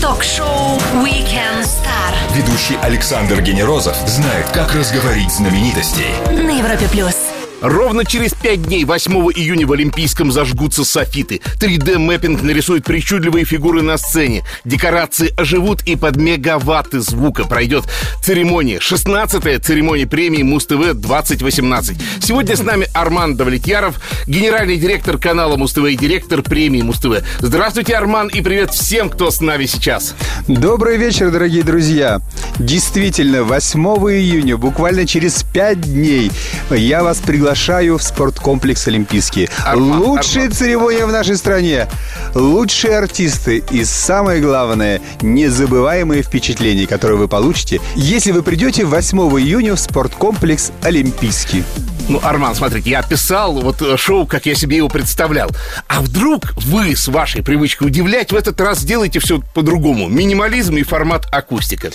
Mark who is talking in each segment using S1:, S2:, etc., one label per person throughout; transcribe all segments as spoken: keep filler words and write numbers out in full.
S1: Ток-шоу «Weekend Star».
S2: Ведущий Александр Генерозов знает, как разговорить знаменитостей.
S1: На Европе плюс.
S3: Ровно через пять дней, восьмого июня, в Олимпийском зажгутся софиты. три дэ-мэппинг нарисует причудливые фигуры на сцене. Декорации оживут, и под мегаватты звука пройдет церемония. шестнадцатая церемония премии Муз-ТВ двадцать восемнадцать. Сегодня с нами Арман Давлетьяров, генеральный директор канала Муз-ТВ и директор премии Муз-ТВ. Здравствуйте, Арман, и привет всем, кто с нами сейчас.
S4: Добрый вечер, дорогие друзья. Действительно, восьмого июня, буквально через пять дней, я вас приглашаю Приглашаю в спорткомплекс «Олимпийский».
S3: Арман,
S4: Лучшая
S3: Арман.
S4: церемония в нашей стране. Лучшие артисты и, самое главное, незабываемые впечатления, которые вы получите, если вы придете восьмого июня в спорткомплекс «Олимпийский».
S3: Ну, Арман, смотрите, я описал вот шоу, как я себе его представлял. А вдруг вы с вашей привычкой удивлять в этот раз сделаете все по-другому? Минимализм и формат акустика.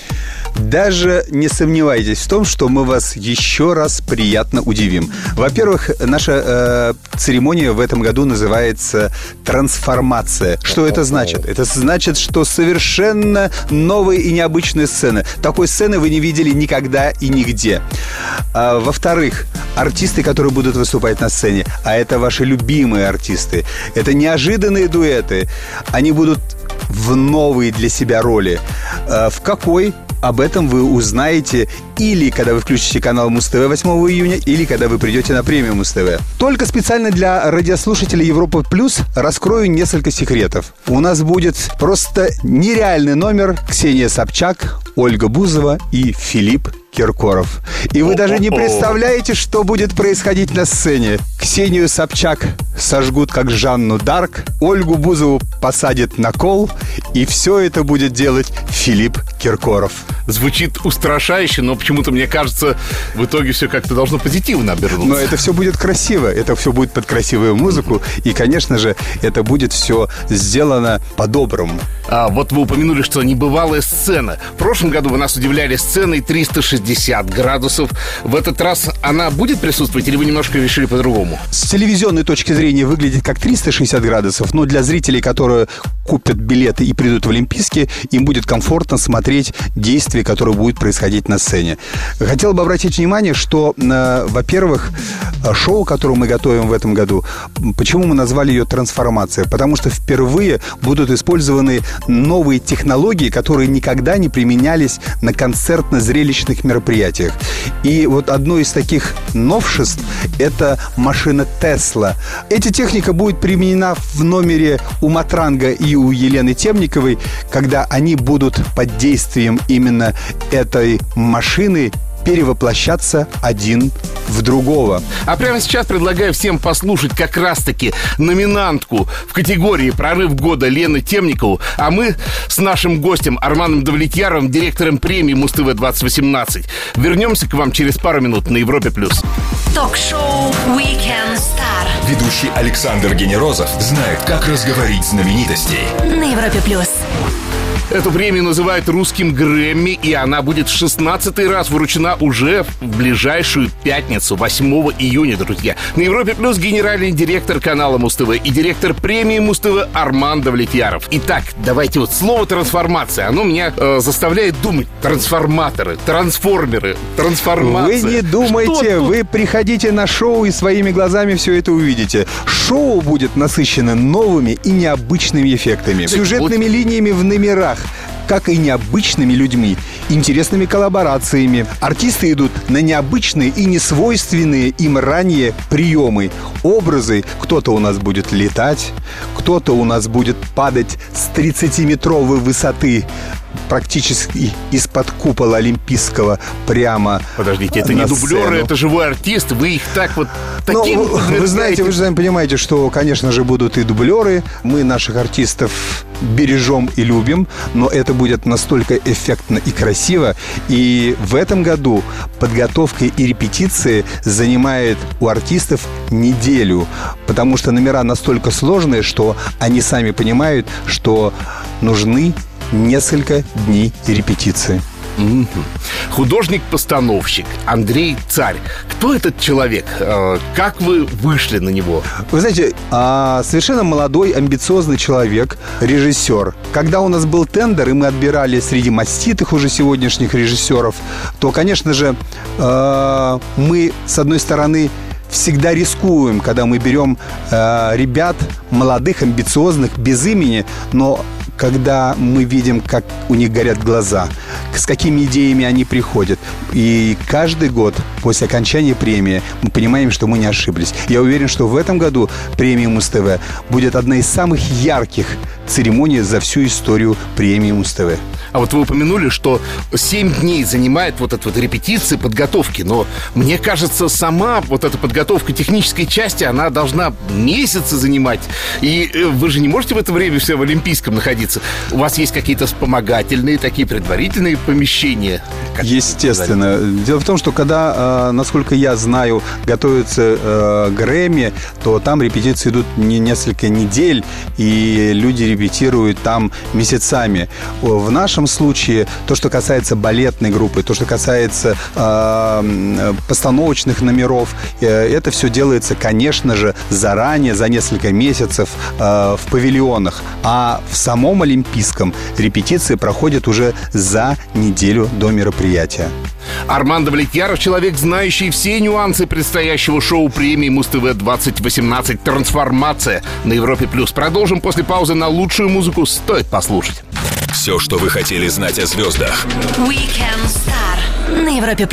S4: Даже не сомневайтесь в том, что мы вас еще раз приятно удивим. Во-первых, наша э, церемония в этом году называется «Трансформация». Что это значит? Это значит, что совершенно новые и необычные сцены. Такой сцены вы не видели никогда и нигде. А, во-вторых, артисты, которые будут выступать на сцене, а это ваши любимые артисты, это неожиданные дуэты. Они будут в новой для себя роли. А, в какой? Об этом вы узнаете или когда вы включите канал Муз-ТВ восьмого июня, или когда вы придете на премию Муз-ТВ. Только специально для радиослушателей Европа Плюс раскрою несколько секретов. У нас будет просто нереальный номер: Ксения Собчак, Ольга Бузова и Филипп Киркоров. И вы даже не представляете, что будет происходить на сцене. Ксению Собчак сожгут как Жанну Дарк, Ольгу Бузову посадят на кол, и все это будет делать Филипп Киркоров.
S3: Звучит устрашающе, но почему-то, мне кажется, в итоге все как-то должно позитивно обернуться.
S4: Но это все будет красиво, это все будет под красивую музыку, и, конечно же, это будет все сделано по-доброму.
S3: А вот вы упомянули, что небывалая сцена. В прошлом году вы нас удивляли сценой триста шестьдесят градусов. В этот раз она будет присутствовать, или вы немножко решили по-другому?
S4: С телевизионной точки зрения выглядит как триста шестьдесят градусов, но для зрителей, которые купят билеты и придут в Олимпийский, им будет комфортно смотреть действия, которые будут происходить на сцене. Хотел бы обратить внимание, что, э, во-первых, шоу, которое мы готовим в этом году, почему мы назвали ее «Трансформация»? Потому что впервые будут использованы новые технологии, которые никогда не применялись на концертно-зрелищных мероприятиях. И вот одно из таких новшеств – это машина Tesla. Эта техника будет применена в номере у Матранга и у Елены Темниковой, когда они будут под действием именно этой машины перевоплощаться один в другого.
S3: А прямо сейчас предлагаю всем послушать как раз-таки номинантку в категории «Прорыв года» Лену Темникову. А мы с нашим гостем Арманом Давлетьяровым, директором премии Муз-ТВ двадцать восемнадцать, вернемся к вам через пару минут на Европе+.
S1: Ток-шоу «Weekend Star».
S2: Ведущий Александр Генерозов знает, как разговорить знаменитостей.
S1: На Европе плюс.
S3: Эту премию называют русским Грэмми, и она будет в шестнадцатый раз вручена уже в ближайшую пятницу, восьмого июня, друзья. На Европе Плюс генеральный директор канала Муз-ТВ и директор премии Муз-ТВ Арман Давлетьяров. Итак, давайте вот слово «трансформация». Оно меня э, заставляет думать. Трансформаторы, трансформеры, трансформация.
S4: Вы не думайте, вы приходите на шоу и своими глазами все это увидите. Шоу будет насыщено новыми и необычными эффектами, сюжетными линиями в номерах, как и необычными людьми, интересными коллаборациями. Артисты идут на необычные и несвойственные им ранее приемы, образы. Кто-то у нас будет летать, кто-то у нас будет падать с тридцатиметровой высоты, практически из-под купола Олимпийского прямо.
S3: Подождите, это не дублеры,
S4: сцену.
S3: Это живой артист. Вы их так вот
S4: Ну,
S3: таким...
S4: вы знаете, вы же сами понимаете, что, конечно же, будут и дублеры. Мы наших артистов бережем и любим, но это будет настолько эффектно и красиво. И в этом году подготовка и репетиции занимает у артистов неделю, потому что номера настолько сложные, что они сами понимают, что нужны несколько дней репетиции.
S3: Mm-hmm. Художник-постановщик Андрей Царь. Кто этот человек? Как вы вышли на него?
S4: Вы знаете, совершенно молодой, амбициозный человек, режиссер. Когда у нас был тендер, и мы отбирали среди маститых уже сегодняшних режиссеров, то, конечно же, мы, с одной стороны, всегда рискуем, когда мы берем ребят молодых, амбициозных, без имени, но когда мы видим, как у них горят глаза, с какими идеями они приходят. И каждый год после окончания премии мы понимаем, что мы не ошиблись. Я уверен, что в этом году премия Муз-ТВ будет одна из самых ярких церемоний за всю историю премии Муз-ТВ.
S3: А вот вы упомянули, что семь дней занимает вот эта вот репетиция, подготовки. Но мне кажется, сама вот эта подготовка технической части, она должна месяцы занимать. И вы же не можете в это время все в Олимпийском находиться. У вас есть какие-то вспомогательные, такие предварительные помещения?
S4: Естественно. Дело в том, что когда, насколько я знаю, готовятся Грэмми, то там репетиции идут не несколько недель, и люди репетируют там месяцами. В нашем случае, то, что касается балетной группы, то, что касается э, постановочных номеров, э, это все делается, конечно же, заранее, за несколько месяцев э, в павильонах. А в самом Олимпийском репетиции проходят уже за неделю до мероприятия.
S3: Арман Давлетьяров — человек, знающий все нюансы предстоящего шоу премии Муз-ТВ двадцать восемнадцать «Трансформация» на Европе+. Продолжим после паузы. На лучшую музыку стоит послушать.
S2: Все, что вы хотели знать о звездах.
S1: Weekend Star на Европе+.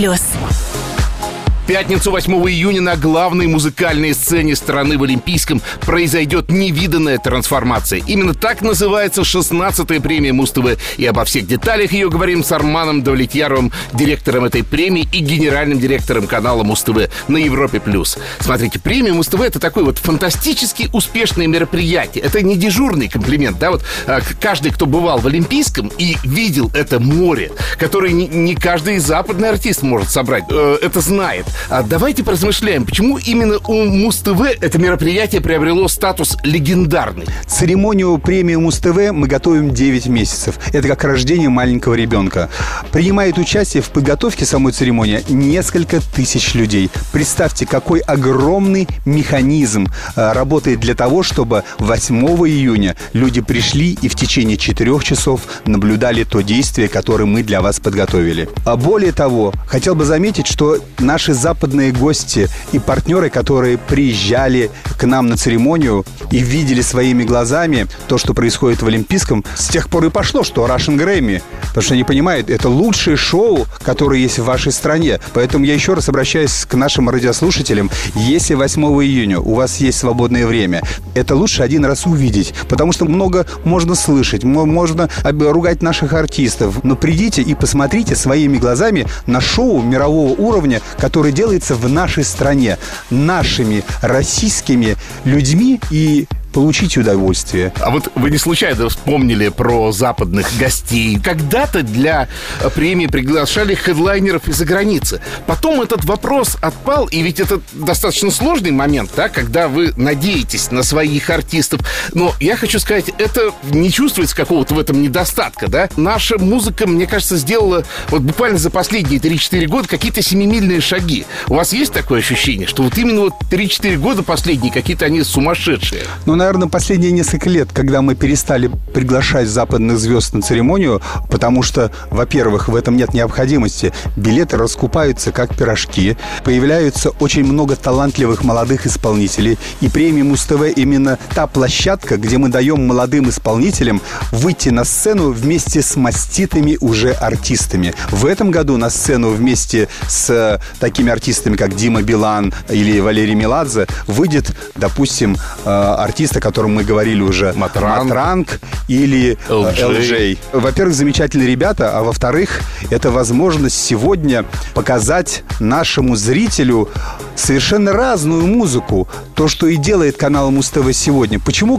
S3: В пятницу, восьмого июня, на главной музыкальной сцене страны в Олимпийском произойдет невиданная трансформация. Именно так называется шестнадцатая премия Муз-ТВ. И обо всех деталях ее говорим с Арманом Давлетьяровым, директором этой премии и генеральным директором канала Муз-ТВ на Европе+. Смотрите, премия Муз-ТВ — это такое вот фантастически успешное мероприятие. Это не дежурный комплимент, да, вот каждый, кто бывал в Олимпийском и видел это море, которое не, не каждый западный артист может собрать, это знает. А давайте поразмышляем, почему именно у Муз-ТВ это мероприятие приобрело статус легендарный.
S4: Церемонию премии Муз-ТВ мы готовим девять месяцев. Это как рождение маленького ребенка. Принимает участие в подготовке самой церемонии несколько тысяч людей. Представьте, какой огромный механизм работает для того, чтобы восьмого июня люди пришли и в течение четырех часов наблюдали то действие, которое мы для вас подготовили. А более того, хотел бы заметить, что наши западные гости и партнеры, которые приезжали к нам на церемонию и видели своими глазами то, что происходит в Олимпийском, с тех пор и пошло, что Russian Grammy. Потому что они понимают, это лучшее шоу, которое есть в вашей стране. Поэтому я еще раз обращаюсь к нашим радиослушателям. Если восьмого июня у вас есть свободное время, это лучше один раз увидеть. Потому что много можно слышать, можно ругать наших артистов. Но придите и посмотрите своими глазами на шоу мирового уровня, которое делается в нашей стране, нашими российскими людьми, и получить удовольствие.
S3: А вот вы не случайно вспомнили про западных гостей. Когда-то для премии приглашали хедлайнеров из-за границы. Потом этот вопрос отпал, и ведь это достаточно сложный момент, да, когда вы надеетесь на своих артистов. Но я хочу сказать, это не чувствуется какого-то в этом недостатка, да? Наша музыка, мне кажется, сделала вот буквально за последние три-четыре года какие-то семимильные шаги. У вас есть такое ощущение, что вот именно вот три-четыре года последние какие-то они сумасшедшие?
S4: Ну, наверное, последние несколько лет, когда мы перестали приглашать западных звезд на церемонию, потому что, во-первых, в этом нет необходимости. Билеты раскупаются как пирожки. Появляются очень много талантливых молодых исполнителей. И премия Муз-ТВ именно та площадка, где мы даем молодым исполнителям выйти на сцену вместе с маститыми уже артистами. В этом году на сцену вместе с такими артистами, как Дима Билан или Валерий Меладзе, выйдет, допустим, артист, о котором мы говорили уже,
S3: Матранг,
S4: Матранг или эл джей. Во-первых, замечательные ребята, а во-вторых, это возможность сегодня показать нашему зрителю совершенно разную музыку. То, что и делает канал Муз-ТВ сегодня. Почему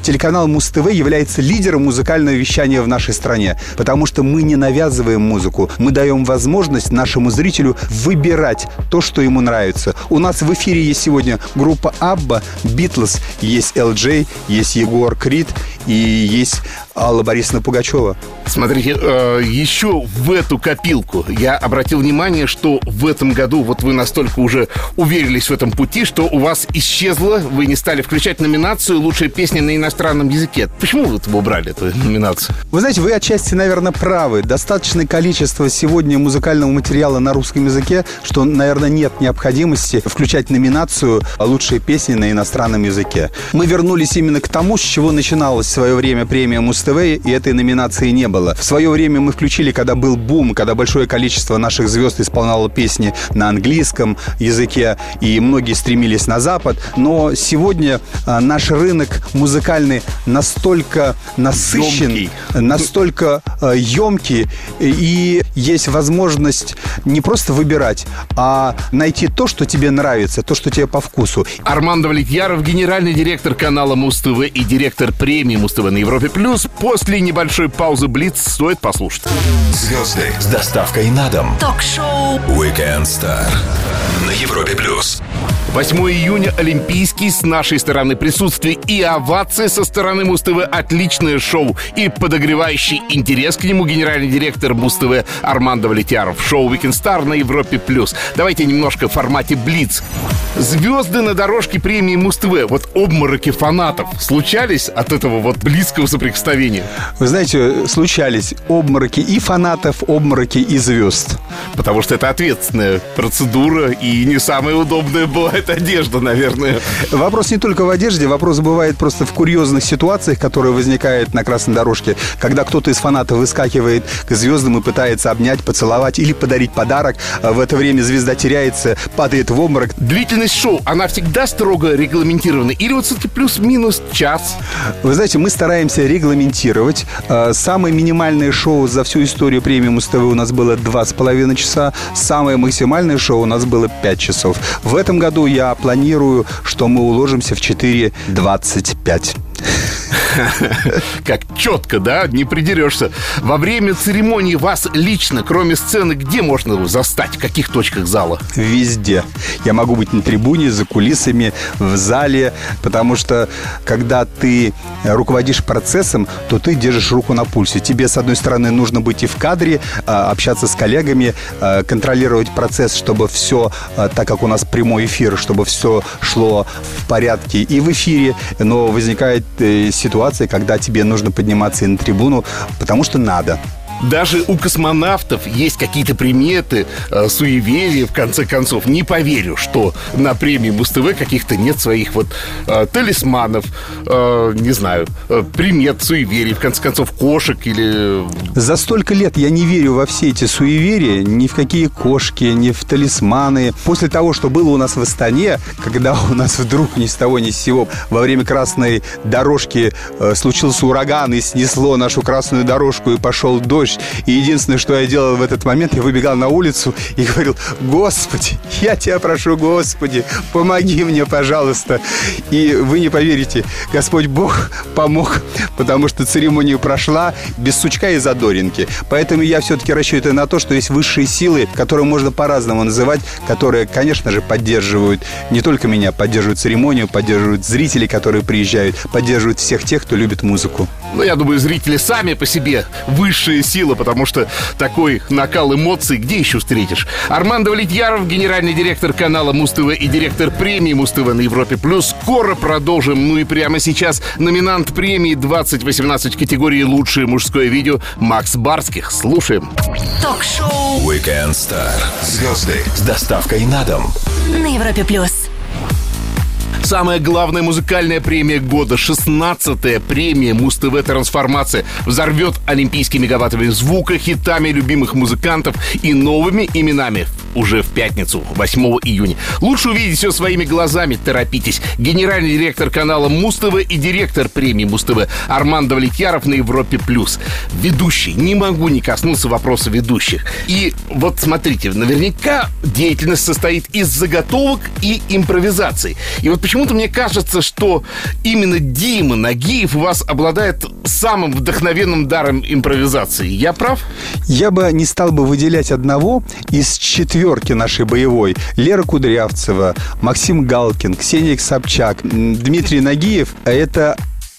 S4: телеканал Муз-ТВ является лидером музыкального вещания в нашей стране, потому что мы не навязываем музыку, мы даем возможность нашему зрителю выбирать то, что ему нравится. У нас в эфире есть сегодня группа Абба, Битлз, есть эл джей, есть Егор Крид и есть Алла Борисовна Пугачева.
S3: Смотрите, э, еще в эту копилку я обратил внимание, что в этом году вот вы настолько уже уверились в этом пути, что у вас исчезло, вы не стали включать номинацию «Лучшая песня на иностранном языке». Почему вы это убрали, эту номинацию?
S4: Вы знаете, вы отчасти, наверное, правы. Достаточное количество сегодня музыкального материала на русском языке, что, наверное, нет необходимости включать номинацию «Лучшие песни на иностранном языке». Мы вернулись именно к тому, с чего начиналась в свое время премия Муз-ТВ, и этой номинации не было. В свое время мы включили, когда был бум, когда большое количество наших звезд исполняло песни на английском языке, и многие стремились на Запад. Но сегодня а, наш рынок музыкальный настолько насыщен,
S3: Ёмкий.
S4: настолько а, емкий, и есть возможность не просто выбирать, а найти то, что тебе нравится, то, что тебе по вкусу.
S3: Армандо Влетьяров, генеральный директор канала Муз-ТВ и директор премии Муз-ТВ на Европе+. После небольшой паузы «Блиц» стоит послушать.
S2: Звезды с доставкой на дом.
S1: Ток-шоу
S2: Weekend Star на Европе плюс.
S3: восьмого июня Олимпийский, с нашей стороны присутствие и овации со стороны Муз-ТВ. Отличное шоу и подогревающий интерес к нему генеральный директор Муз-ТВ Армандо Влетьяров. Шоу Weekend Star на Европе плюс. Давайте немножко в формате Блиц. Звезды на дорожке премии Муз-ТВ. Вот обмороки фанатов случались от этого вот близкого соприкосновения?
S4: Вы знаете, случались обмороки и фанатов, обмороки и звезд.
S3: Потому что это ответственная процедура и не самая удобная бывает одежда, наверное.
S4: Вопрос не только в одежде, вопрос бывает просто в курьезных ситуациях, которые возникают на красной дорожке, когда кто-то из фанатов выскакивает к звездам и пытается обнять, поцеловать или подарить подарок. В это время звезда теряется, падает в обморок.
S3: Длительность шоу, она всегда строго регламентирована? Или вот все-таки плюс-минус час?
S4: Вы знаете, мы стараемся регламентировать. Самое минимальное шоу за всю историю премии Муз-ТВ у нас было два с половиной часа. Самое максимальное шоу у нас было пять часов. В этом году я планирую, что мы уложимся в четыре двадцать пять.
S3: Как четко, да? Не придерешься. Во время церемонии вас лично, кроме сцены, где можно застать? В каких точках зала?
S4: Везде. Я могу быть на трибуне, за кулисами, в зале, потому что, когда ты руководишь процессом, то ты держишь руку на пульсе. Тебе, с одной стороны, нужно быть и в кадре, общаться с коллегами, контролировать процесс, чтобы все, так как у нас прямой эфир, чтобы все шло в порядке и в эфире, но возникает ситуация, когда тебе нужно подниматься и на трибуну, потому что надо.
S3: Даже у космонавтов есть какие-то приметы, э, суеверия, в конце концов. Не поверю, что на премии Муз-ТВ каких-то нет своих вот э, талисманов, э, не знаю, э, примет, суеверий, в конце концов, кошек или...
S4: За столько лет я не верю во все эти суеверия, ни в какие кошки, ни в талисманы. После того, что было у нас в Астане, когда у нас вдруг ни с того ни с сего во время красной дорожки э, случился ураган и снесло нашу красную дорожку и пошел дождь. И единственное, что я делал в этот момент, я выбегал на улицу и говорил: Господи, я тебя прошу, Господи, помоги мне, пожалуйста. И вы не поверите, Господь Бог помог, потому что церемония прошла без сучка и задоринки. Поэтому я все-таки рассчитываю на то, что есть высшие силы, которые можно по-разному называть, которые, конечно же, поддерживают не только меня, поддерживают церемонию, поддерживают зрителей, которые приезжают, поддерживают всех тех, кто любит музыку.
S3: Ну, я думаю, зрители сами по себе высшие силы, потому что такой накал эмоций где еще встретишь? Армандо Влетьяров, генеральный директор канала Муз-ТВ и директор премии Муз-ТВ на Европе плюс. Скоро продолжим. Ну и прямо сейчас номинант премии двадцать восемнадцать в категории «Лучшее мужское видео» Макс Барских. Слушаем.
S1: Ток-шоу
S2: Weekend Star. Звезды с доставкой на дом.
S1: на Европе плюс.
S3: Самая главная музыкальная премия года, шестнадцатая премия Муз-ТВ «Трансформация», взорвет олимпийскими мегаваттами звука, хитами любимых музыкантов и новыми именами уже в пятницу, восьмого июня. Лучше увидеть все своими глазами, торопитесь. Генеральный директор канала Муз-ТВ и директор премии Муз-ТВ Армандо Влетьяров на Европе плюс. Ведущий. Не могу не коснуться вопроса ведущих. И вот смотрите, наверняка деятельность состоит из заготовок и импровизаций. И вот почему почему-то мне кажется, что именно Дима Нагиев у вас обладает самым вдохновенным даром импровизации. Я прав?
S4: Я бы не стал бы выделять одного из четверки нашей боевой. Лера Кудрявцева, Максим Галкин, Ксения Собчак, Дмитрий Нагиев. Это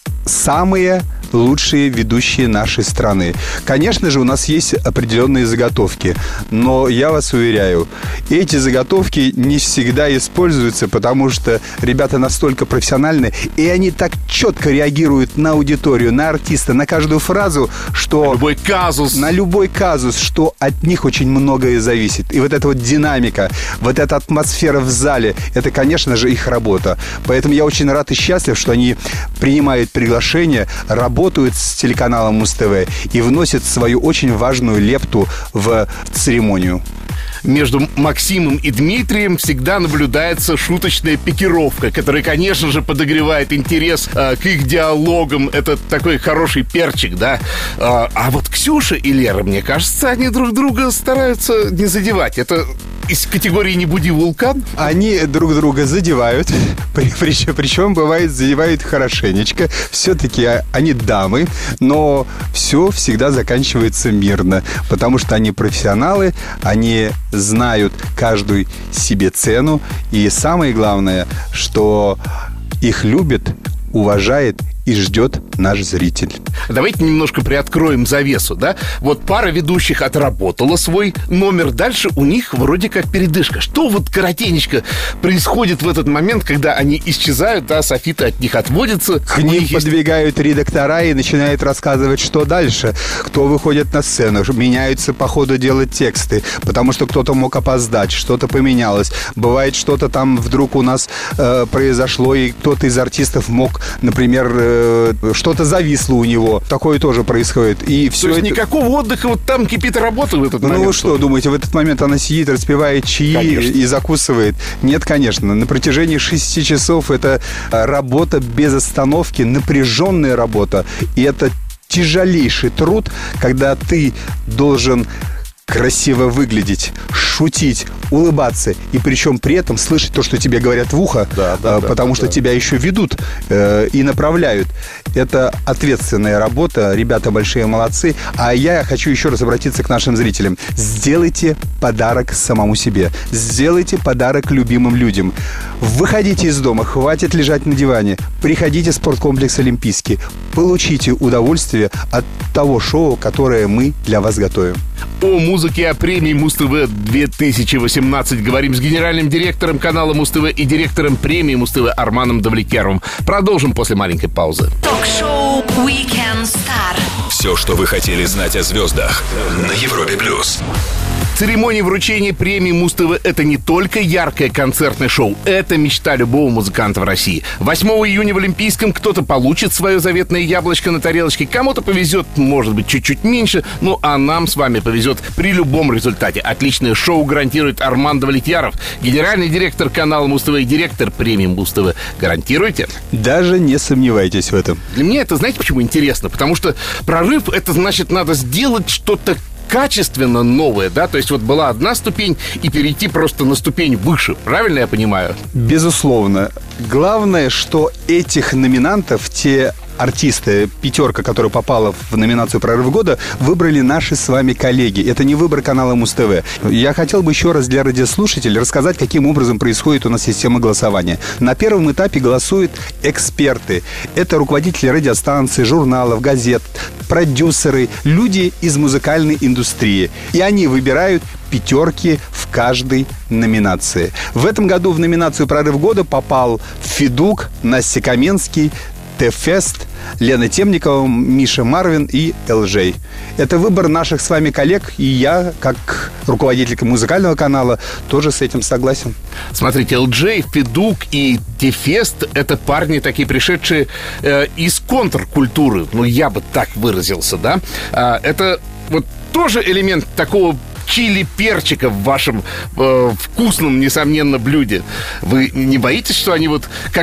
S4: самые лучшие ведущие нашей страны. Конечно же, у нас есть определенные заготовки, но я вас уверяю, эти заготовки не всегда используются, потому что ребята настолько профессиональны, и они так четко реагируют на аудиторию, на артиста, на каждую фразу, что...
S3: На любой казус.
S4: На любой казус, что от них очень многое зависит. И вот эта вот динамика, вот эта атмосфера в зале, это, конечно же, их работа. Поэтому я очень рад и счастлив, что они принимают приглашение, работают с телеканалом Муз-ТВ и вносят свою очень важную лепту в церемонию.
S3: Между Максимом и Дмитрием всегда наблюдается шуточная пикировка, которая, конечно же, подогревает интерес э, к их диалогам. Это такой хороший перчик, да? А, а вот Ксюша и Лера, мне кажется, они друг друга стараются не задевать. Это из категории «не буди вулкан»?
S4: Они друг друга задевают, причем, причем бывает, задевают хорошенечко. Все-таки они дамы, но все всегда заканчивается мирно, потому что они профессионалы, они знают каждую себе цену, и самое главное, что их любит, уважает и ждет наш зритель.
S3: Давайте немножко приоткроем завесу, да? Вот пара ведущих отработала свой номер, дальше у них вроде как передышка. Что вот коротенечко происходит в этот момент, когда они исчезают, а софиты от них отводятся?
S4: К ним есть... подвигают редактора и начинают рассказывать, что дальше. Кто выходит на сцену, меняются по ходу дела тексты, потому что кто-то мог опоздать, что-то поменялось. Бывает, что-то там вдруг у нас э, произошло, и кто-то из артистов мог, например, э, что-то зависло у него. Такое тоже происходит. И все
S3: То есть
S4: это...
S3: никакого отдыха, вот там кипит работа в этот момент?
S4: Ну вы что, думаете, в этот момент она сидит, распивает чаи, конечно, и закусывает? Нет, конечно. На протяжении шести часов это работа без остановки, напряженная работа. И это тяжелейший труд, когда ты должен красиво выглядеть, шутить, улыбаться, и причем при этом слышать то, что тебе говорят в ухо, да, да, потому да, что да. тебя еще ведут э, и направляют. Это ответственная работа, ребята большие молодцы. А я хочу еще раз обратиться к нашим зрителям. Сделайте подарок самому себе. Сделайте подарок любимым людям. Выходите из дома, хватит лежать на диване. Приходите в спорткомплекс «Олимпийский». Получите удовольствие от того шоу, которое мы для вас готовим.
S3: О музыке, о премии Муз-ТВ две тысячи восемнадцать говорим с генеральным директором канала Муз-ТВ и директором премии Муз-ТВ Арманом Давлекяровым. Продолжим после маленькой паузы.
S1: Ток-шоу Weekend Star.
S2: Все, что вы хотели знать о звездах на Европе плюс.
S3: Церемония вручения премии Муз-ТВ – это не только яркое концертное шоу, это мечта любого музыканта в России. восьмого июня в Олимпийском кто-то получит свое заветное яблочко на тарелочке, кому-то повезет, может быть, чуть-чуть меньше, ну а нам с вами повезет при любом результате. Отличное шоу гарантирует Арман Давлекяров, генеральный директор канала Муз-ТВ и директор премии Муз-ТВ. Гарантируете?
S4: Даже не сомневайтесь в этом.
S3: Для меня это, знаете, почему интересно? Потому что прорыв – это значит, надо сделать что-то качественно новое, да? То есть вот была одна ступень и перейти просто на ступень выше. Правильно я понимаю?
S4: Безусловно. Главное, что этих номинантов, те артисты, пятерка, которая попала в номинацию «Прорыв года», выбрали наши с вами коллеги. Это не выбор канала Муз-ТВ. Я хотел бы еще раз для радиослушателей рассказать, каким образом происходит у нас система голосования. На первом этапе голосуют эксперты. Это руководители радиостанций, журналов, газет, продюсеры, люди из музыкальной индустрии. И они выбирают пятерки в каждой номинации. В этом году в номинацию «Прорыв года» попал Федук, Настя Каменский, Т-Фест, Лена Темникова, Миша Марвин и эл джей. Это выбор наших с вами коллег, и я, как руководитель музыкального канала, тоже с этим согласен.
S3: Смотрите, эл джей, Федук и Т-Фест — это парни, такие пришедшие э, из контркультуры, ну, я бы так выразился, да? А, это вот тоже элемент такого чили-перчика в вашем э, вкусном, несомненно, блюде. Вы не боитесь, что они вот как-то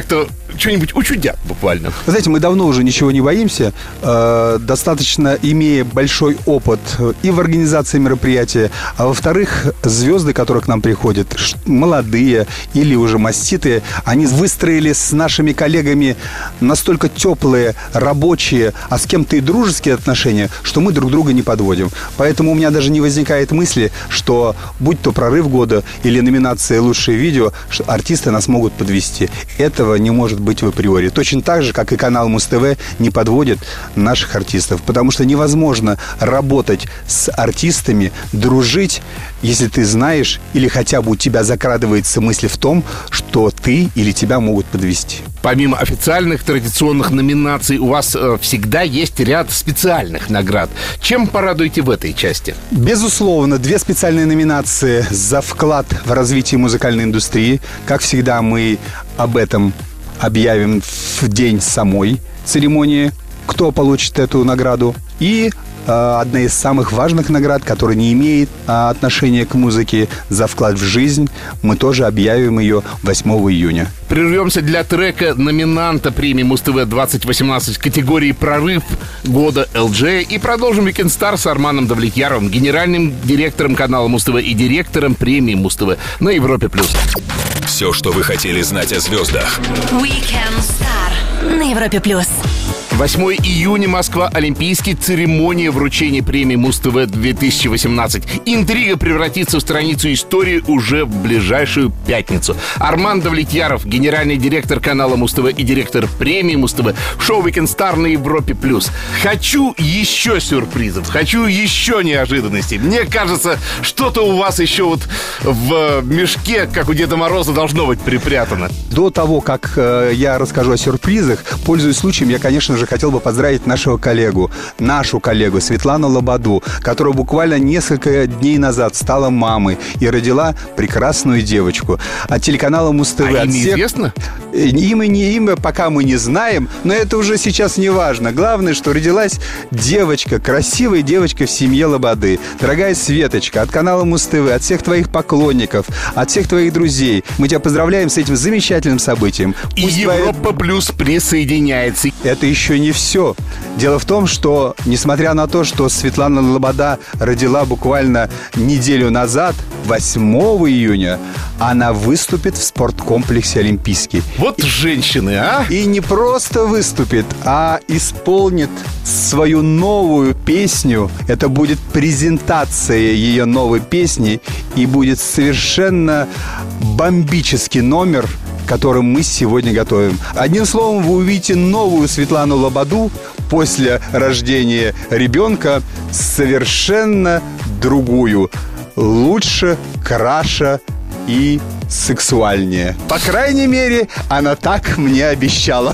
S3: что-нибудь учудят буквально.
S4: Вы знаете, мы давно уже ничего не боимся. Э, достаточно, имея большой опыт и в организации мероприятия, а во-вторых, звезды, которые к нам приходят, молодые или уже маститые, они выстроили с нашими коллегами настолько теплые, рабочие, а с кем-то и дружеские отношения, что мы друг друга не подводим. Поэтому у меня даже не возникает мысли, что будь то прорыв года или номинация «Лучшее видео», что артисты нас могут подвести. Этого не может быть в априори. Точно так же, как и канал Муз-ТВ не подводит наших артистов. Потому что невозможно работать с артистами, дружить, если ты знаешь или хотя бы у тебя закрадывается мысль в том, что ты или тебя могут подвести.
S3: Помимо официальных традиционных номинаций, у вас э, всегда есть ряд специальных наград. Чем порадуете в этой части?
S4: Безусловно, две специальные номинации за вклад в развитие музыкальной индустрии. Как всегда, мы об этом объявим в день самой церемонии, кто получит эту награду. И э, одна из самых важных наград, которая не имеет э, отношения к музыке, за вклад в жизнь, мы тоже объявим ее восьмого июня.
S3: Прервемся для трека номинанта премии Муз-ТВ двадцать восемнадцать в категории «Прорыв года эл джей» и продолжим «Weekend Star» с Арманом Давлетьяровым, генеральным директором канала Муз-ТВ и директором премии Муз-ТВ на Европе+.
S2: Все, что вы хотели знать о звездах.
S1: Weekend Star на Европе+.
S3: восьмого июня, Москва, Олимпийский, церемония вручения премии Муз-ТВ две тысячи восемнадцать. Интрига превратится в страницу истории уже в ближайшую пятницу. Арман Давлетьяров, генеральный директор канала Муз-ТВ и директор премии Муз-ТВ в шоу Weekend Star на Европе+. Хочу еще сюрпризов, хочу еще неожиданностей. Мне кажется, что-то у вас еще вот в мешке, как у Деда Мороза, должно быть припрятано.
S4: До того, как э, я расскажу о сюрпризах, пользуясь случаем, я, конечно же, хотел бы поздравить нашего коллегу, нашу коллегу Светлану Лободу, которая буквально несколько дней назад стала мамой и родила прекрасную девочку. От телеканала Муз-ТВ...
S3: А
S4: от
S3: имя
S4: всех...
S3: известно?
S4: Имя, не имя, пока мы не знаем, но это уже сейчас не важно. Главное, что родилась девочка, красивая девочка в семье Лободы. Дорогая Светочка, от канала Муз-ТВ, от всех твоих поклонников, от всех твоих друзей, мы тебя поздравляем с этим замечательным событием.
S3: И
S4: Пусть
S3: Европа
S4: твоя...
S3: Плюс присоединяется.
S4: Это еще не все. Дело в том, что, несмотря на то, что Светлана Лобода родила буквально неделю назад, восьмого июня, она выступит в спорткомплексе «Олимпийский».
S3: Вот женщины, а?
S4: И не просто выступит, а исполнит свою новую песню. Это будет презентация ее новой песни. И будет совершенно бомбический номер, который мы сегодня готовим. Одним словом, вы увидите новую Светлану Лободу после рождения ребенка, совершенно другую. Лучше, краше и сексуальнее. По крайней мере, она так мне обещала.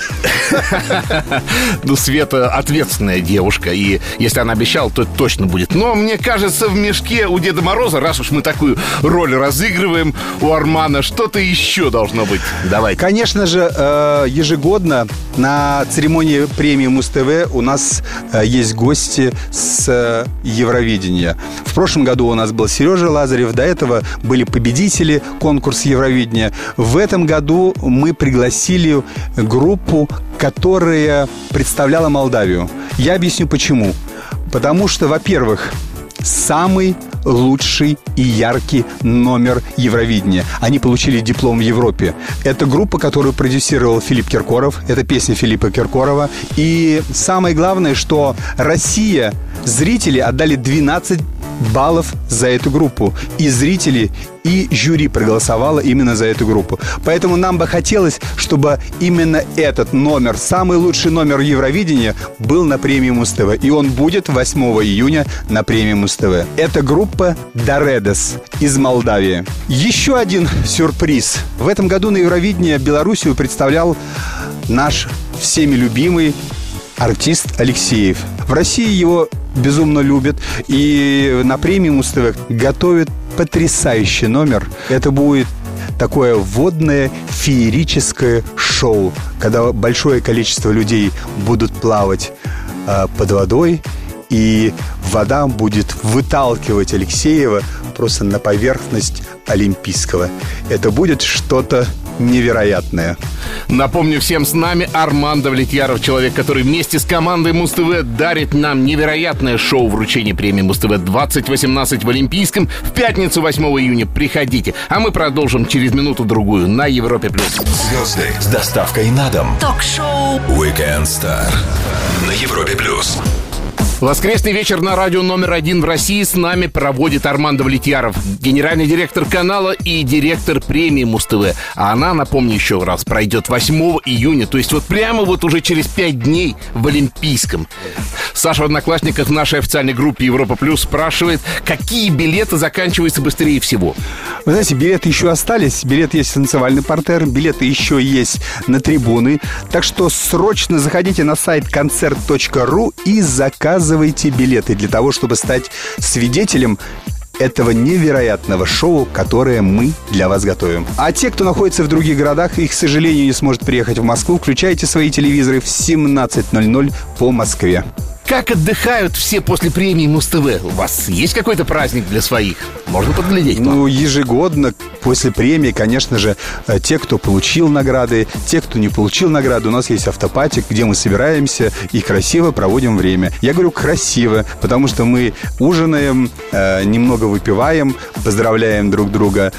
S3: Ну, Света ответственная девушка, и если она обещала, то это точно будет. Но, мне кажется, в мешке у Деда Мороза, раз уж мы такую роль разыгрываем у Армана, что-то еще должно быть. Давай.
S4: Конечно же, ежегодно на церемонии премии Муз-ТВ у нас есть гости с Евровидения. В прошлом году у нас был Сережа Лазарев, до этого были победители конкурса Евровидения. В этом году мы пригласили группу, которая представляла Молдавию. Я объясню почему. Потому что, во-первых, самый лучший и яркий номер Евровидения. Они получили диплом в Европе. Это группа, которую продюсировал Филипп Киркоров. Это песня Филиппа Киркорова. И самое главное, что Россия, зрители отдали двенадцать баллов за эту группу. И зрители, и жюри проголосовало именно за эту группу. Поэтому нам бы хотелось, чтобы именно этот номер, самый лучший номер Евровидения, был на премии Муз-ТВ. И он будет восьмого июня на премии Муз-ТВ. Это группа Даредес из Молдавии. Еще один сюрприз. В этом году на Евровидении Белоруссию представлял наш всеми любимый артист Алексеев. В России его безумно любят. И на премии Муз-ТВ готовят потрясающий номер. Это будет такое водное феерическое шоу, когда большое количество людей будут плавать э, под водой, и вода будет выталкивать Алексеева просто на поверхность Олимпийского. Это будет что-то невероятное.
S3: Напомню всем, с нами Арман Давлетьяров, человек, который вместе с командой Муз-ТВ дарит нам невероятное шоу вручения премии Муз-ТВ двадцать восемнадцать в Олимпийском в пятницу восьмого июня. Приходите, а мы продолжим через минуту-другую на Европе+.
S2: Звезды с доставкой на дом.
S1: Ток-шоу
S2: Weekend Star на Европе+.
S3: Воскресный вечер на радио номер один в России с нами проводит Арман Давлетьяров, генеральный директор канала и директор премии Муз-ТВ. А она, напомню еще раз, пройдет восьмого июня, то есть вот прямо вот уже через пять дней в Олимпийском. Саша в Одноклассниках в нашей официальной группе Европа Плюс спрашивает, какие билеты заканчиваются быстрее всего.
S4: Вы знаете, билеты еще остались. Билет есть в танцевальный партер, билеты еще есть на трибуны. Так что срочно заходите на сайт концерт точка ру и заказывайте билеты для того, чтобы стать свидетелем этого невероятного шоу, которое мы для вас готовим. А те, кто находится в других городах и, к сожалению, не сможет приехать в Москву, включайте свои телевизоры в семнадцать ноль ноль по Москве.
S3: Как отдыхают все после премии Муз-ТВ? У вас есть какой-то праздник для своих? Можно подглядеть?
S4: Ну, ежегодно после премии, конечно же, те, кто получил награды, те, кто не получил награды, у нас есть автопатик, где мы собираемся и красиво проводим время. Я говорю красиво, потому что мы ужинаем, э, немного выпиваем, поздравляем друг друга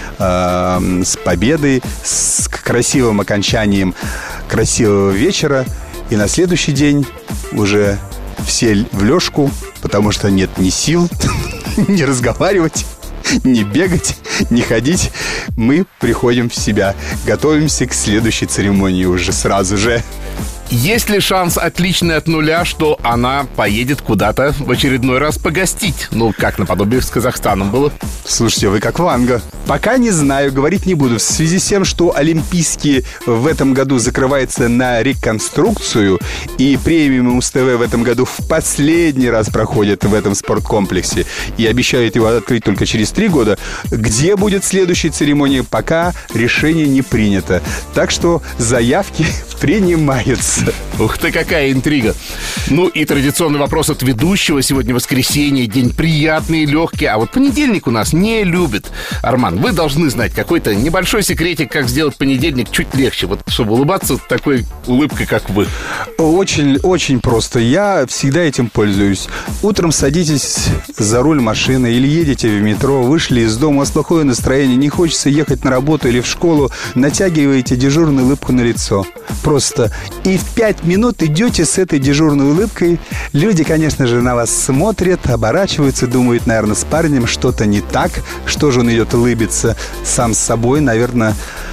S4: э, с победой, с красивым окончанием красивого вечера. И на следующий день уже все в лёжку, потому что нет ни сил не разговаривать, не бегать, не ходить. Мы приходим в себя, готовимся к следующей церемонии уже сразу же.
S3: Есть ли шанс отличный от нуля, что она поедет куда-то в очередной раз погостить? Ну, как наподобие с Казахстаном было?
S4: Слушайте, вы как Ванга. Пока не знаю, говорить не буду. В связи с тем, что Олимпийские в этом году закрывается на реконструкцию, и премия Муз-ТВ в этом году в последний раз проходит в этом спорткомплексе, и обещают его открыть только через три года, где будет следующая церемония, пока решение не принято. Так что заявки принимаются.
S3: Ух ты, какая интрига. Ну и традиционный вопрос от ведущего. Сегодня воскресенье, день приятный и легкий. А вот понедельник у нас не любит. Арман, вы должны знать какой-то небольшой секретик, как сделать понедельник чуть легче. Вот чтобы улыбаться такой улыбкой, как вы.
S4: Очень, очень просто. Я всегда этим пользуюсь. Утром садитесь за руль машины или едете в метро, вышли из дома, у вас плохое настроение, не хочется ехать на работу или в школу, натягиваете дежурную улыбку на лицо. Просто. И в пять минут идете с этой дежурной улыбкой. Люди, конечно же, на вас смотрят, оборачиваются, думают, наверное, с парнем что-то не так. Что же он идет улыбиться сам с собой? Наверное,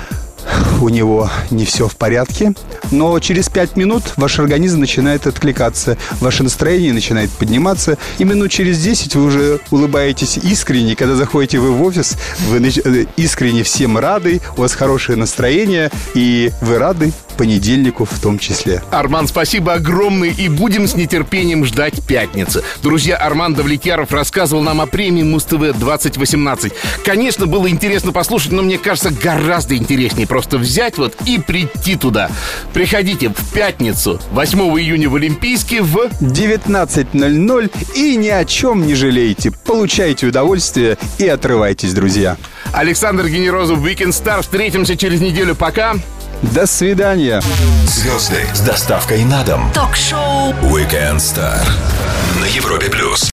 S4: у него не все в порядке. Но через пять минут ваш организм начинает откликаться, ваше настроение начинает подниматься. И минут через десять вы уже улыбаетесь искренне. Когда заходите вы в офис, вы искренне всем рады, у вас хорошее настроение, и вы рады понедельнику в том числе.
S3: Арман, спасибо огромное, и будем с нетерпением ждать пятницы. Друзья, Арман Давлетьяров рассказывал нам о премии Муз-ТВ двадцать восемнадцать. Конечно, было интересно послушать, но мне кажется, гораздо интереснее просто взять вот и прийти туда. Приходите в пятницу, восьмого июня в Олимпийский в
S4: девятнадцать ноль ноль и ни о чем не жалейте. Получайте удовольствие и отрывайтесь, друзья.
S3: Александр Генерозов, Weekend Star. Встретимся через неделю. Пока.
S4: До свидания.
S2: Звезды с доставкой на дом.
S1: Ток-шоу
S2: Weekend Star на Европе+.